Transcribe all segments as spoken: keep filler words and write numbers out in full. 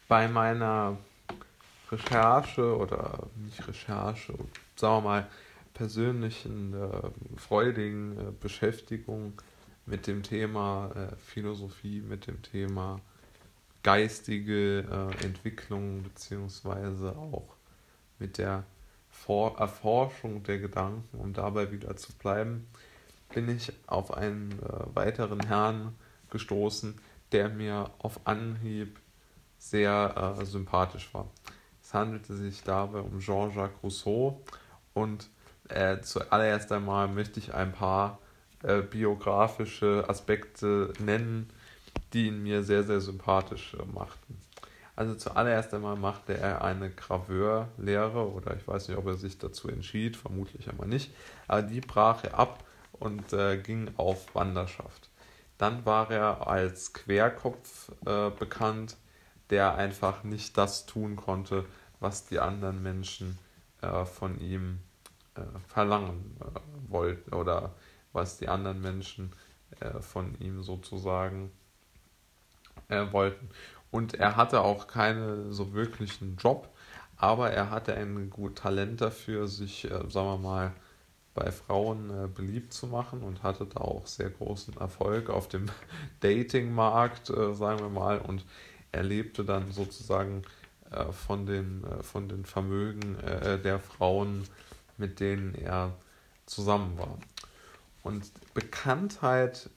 bei meiner Recherche oder nicht Recherche, sagen wir mal persönlichen, äh, freudigen äh, Beschäftigung mit dem Thema äh, Philosophie, mit dem Thema geistige äh, Entwicklung beziehungsweise auch mit der For- Erforschung der Gedanken, um dabei wieder zu bleiben, bin ich auf einen äh, weiteren Herrn gestoßen, der mir auf Anhieb sehr äh, sympathisch war. Es handelte sich dabei um Jean-Jacques Rousseau und äh, zuallererst einmal möchte ich ein paar äh, biografische Aspekte nennen, die ihn mir sehr, sehr sympathisch äh, machten. Also zuallererst einmal machte er eine Graveurlehre, oder ich weiß nicht, ob er sich dazu entschied, vermutlich aber nicht, aber die brach er ab und äh, ging auf Wanderschaft. Dann war er als Querkopf äh, bekannt, der einfach nicht das tun konnte, was die anderen Menschen äh, von ihm äh, verlangen äh, wollten oder was die anderen Menschen äh, von ihm sozusagen äh, wollten. Und er hatte auch keinen so wirklichen Job, aber er hatte ein gut Talent dafür, sich, äh, sagen wir mal, bei Frauen äh, beliebt zu machen und hatte da auch sehr großen Erfolg auf dem Datingmarkt, äh, sagen wir mal, und er lebte dann sozusagen äh, von den, äh, von den Vermögen äh, der Frauen, mit denen er zusammen war. Und Bekanntheit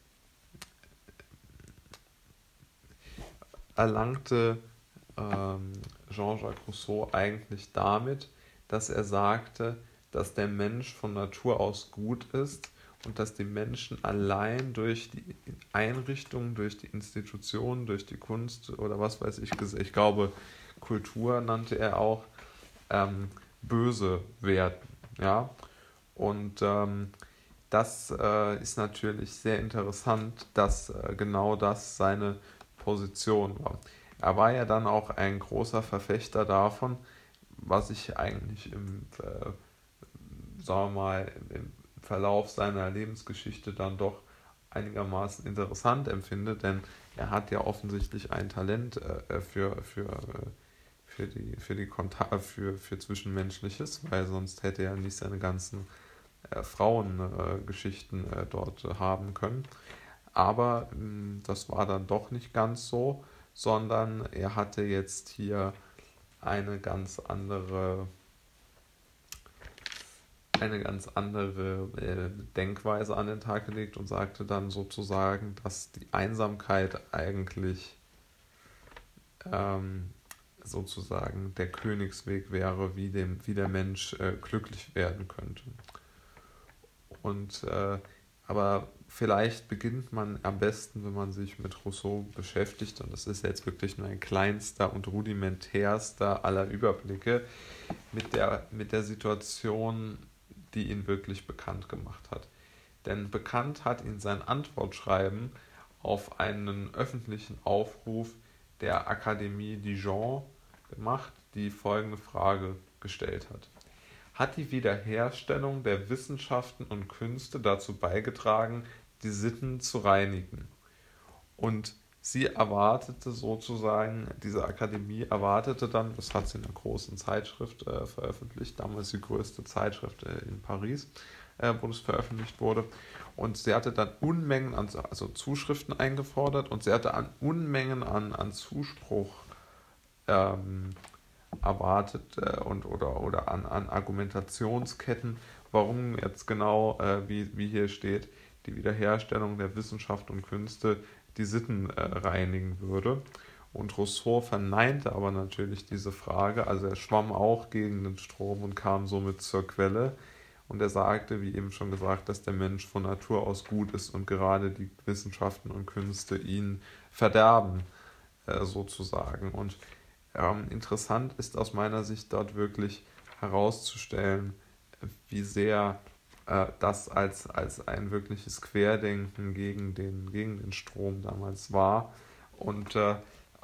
erlangte ähm, Jean-Jacques Rousseau eigentlich damit, dass er sagte, dass der Mensch von Natur aus gut ist und dass die Menschen allein durch die Einrichtungen, durch die Institutionen, durch die Kunst oder was weiß ich, ich glaube Kultur nannte er auch, ähm, böse werden. Ja? Und ähm, das äh, ist natürlich sehr interessant, dass äh, genau das seine Position war. Er war ja dann auch ein großer Verfechter davon, was ich eigentlich im, äh, sagen wir mal, im Verlauf seiner Lebensgeschichte dann doch einigermaßen interessant empfinde, denn er hat ja offensichtlich ein Talent äh, für, für, für die, für die Kontakte, für, für Zwischenmenschliches, weil sonst hätte er nicht seine ganzen äh, Frauengeschichten äh, äh, dort äh, haben können. Aber mh, das war dann doch nicht ganz so, sondern er hatte jetzt hier eine ganz andere eine ganz andere äh, Denkweise an den Tag gelegt und sagte dann sozusagen, dass die Einsamkeit eigentlich ähm, sozusagen der Königsweg wäre, wie, dem, wie der Mensch äh, glücklich werden könnte. Und äh, aber vielleicht beginnt man am besten, wenn man sich mit Rousseau beschäftigt, und das ist jetzt wirklich nur ein kleinster und rudimentärster aller Überblicke, mit der, mit der Situation, die ihn wirklich bekannt gemacht hat. Denn bekannt hat ihn sein Antwortschreiben auf einen öffentlichen Aufruf der Akademie Dijon gemacht, die folgende Frage gestellt hat. Hat die Wiederherstellung der Wissenschaften und Künste dazu beigetragen, die Sitten zu reinigen? Und sie erwartete sozusagen, diese Akademie erwartete dann, das hat sie in einer großen Zeitschrift äh, veröffentlicht, damals die größte Zeitschrift äh, in Paris, äh, wo es veröffentlicht wurde. Und sie hatte dann Unmengen an also Zuschriften eingefordert und sie hatte an Unmengen an, an Zuspruch ähm, erwartet äh, und, oder, oder an, an Argumentationsketten, warum jetzt genau, äh, wie, wie hier steht, die Wiederherstellung der Wissenschaft und Künste die Sitten äh, reinigen würde. Und Rousseau verneinte aber natürlich diese Frage, also er schwamm auch gegen den Strom und kam somit zur Quelle. Und er sagte, wie eben schon gesagt, dass der Mensch von Natur aus gut ist und gerade die Wissenschaften und Künste ihn verderben, äh, sozusagen. Und ähm, interessant ist aus meiner Sicht dort wirklich herauszustellen, wie sehr äh, das als, als ein wirkliches Querdenken gegen den, gegen den Strom damals war. Und, äh,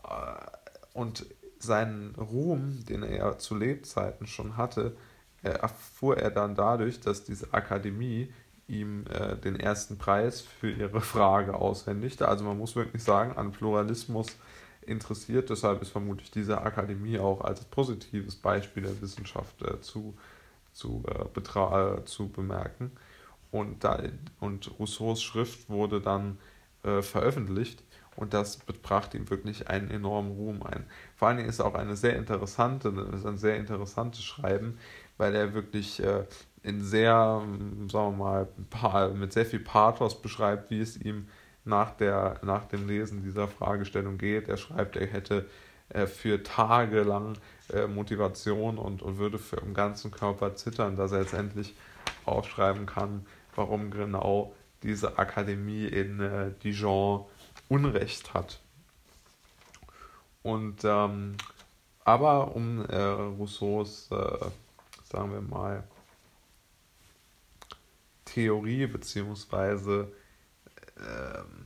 und seinen Ruhm, den er zu Lebzeiten schon hatte, äh, erfuhr er dann dadurch, dass diese Akademie ihm äh, den ersten Preis für ihre Frage aushändigte. Also man muss wirklich sagen, an Pluralismus interessiert. Deshalb ist vermutlich diese Akademie auch als positives Beispiel der Wissenschaft äh, zu, zu, äh, betra- äh, zu bemerken. Und, da, und Rousseaus Schrift wurde dann äh, veröffentlicht und das brachte ihm wirklich einen enormen Ruhm ein. Vor allen Dingen ist es auch eine sehr interessante, ist ein sehr interessantes Schreiben, weil er wirklich äh, in sehr, sagen wir mal, mit sehr viel Pathos beschreibt, wie es ihm nach, der, nach dem Lesen dieser Fragestellung geht. Er schreibt, er hätte äh, für Tage lang äh, Motivation und, und würde für im ganzen Körper zittern, dass er jetzt endlich aufschreiben kann, warum genau diese Akademie in äh, Dijon Unrecht hat. Und ähm, aber um äh, Rousseaus, äh, sagen wir mal, Theorie beziehungsweise ähm,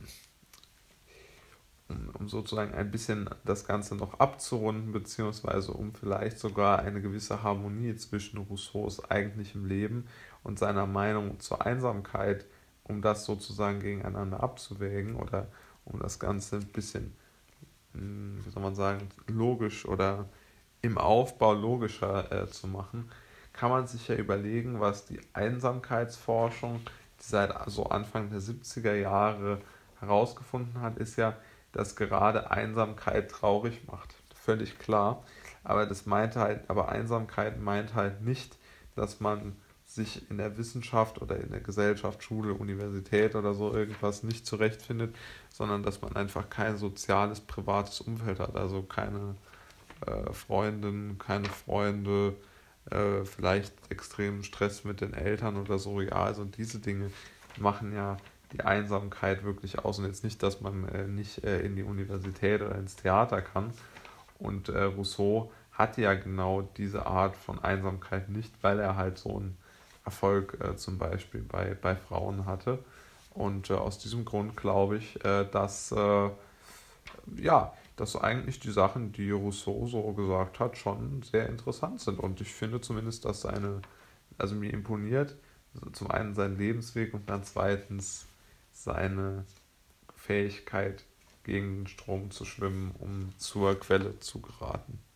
um, um sozusagen ein bisschen das Ganze noch abzurunden, beziehungsweise um vielleicht sogar eine gewisse Harmonie zwischen Rousseaus eigentlichem Leben und seiner Meinung zur Einsamkeit, um das sozusagen gegeneinander abzuwägen oder um das Ganze ein bisschen, wie soll man sagen, logisch oder im Aufbau logischer äh, zu machen, kann man sich ja überlegen, was die Einsamkeitsforschung, die seit so Anfang der siebziger Jahre herausgefunden hat, ist ja, dass gerade Einsamkeit traurig macht. Völlig klar. Aber das meint halt, aber Einsamkeit meint halt nicht, dass man sich in der Wissenschaft oder in der Gesellschaft, Schule, Universität oder so irgendwas nicht zurechtfindet, sondern dass man einfach kein soziales, privates Umfeld hat, also keine äh, Freundin, keine Freunde, äh, vielleicht extremen Stress mit den Eltern oder so. Ja, also diese Dinge machen ja die Einsamkeit wirklich aus. Und jetzt nicht, dass man äh, nicht äh, in die Universität oder ins Theater kann. Und äh, Rousseau hatte ja genau diese Art von Einsamkeit nicht, weil er halt so einen Erfolg äh, zum Beispiel bei, bei Frauen hatte. Und äh, aus diesem Grund glaube ich, äh, dass äh, ja, dass eigentlich die Sachen, die Rousseau so gesagt hat, schon sehr interessant sind. Und ich finde zumindest, dass seine, also mir imponiert, zum einen sein Lebensweg und dann zweitens seine Fähigkeit, gegen den Strom zu schwimmen, um zur Quelle zu geraten.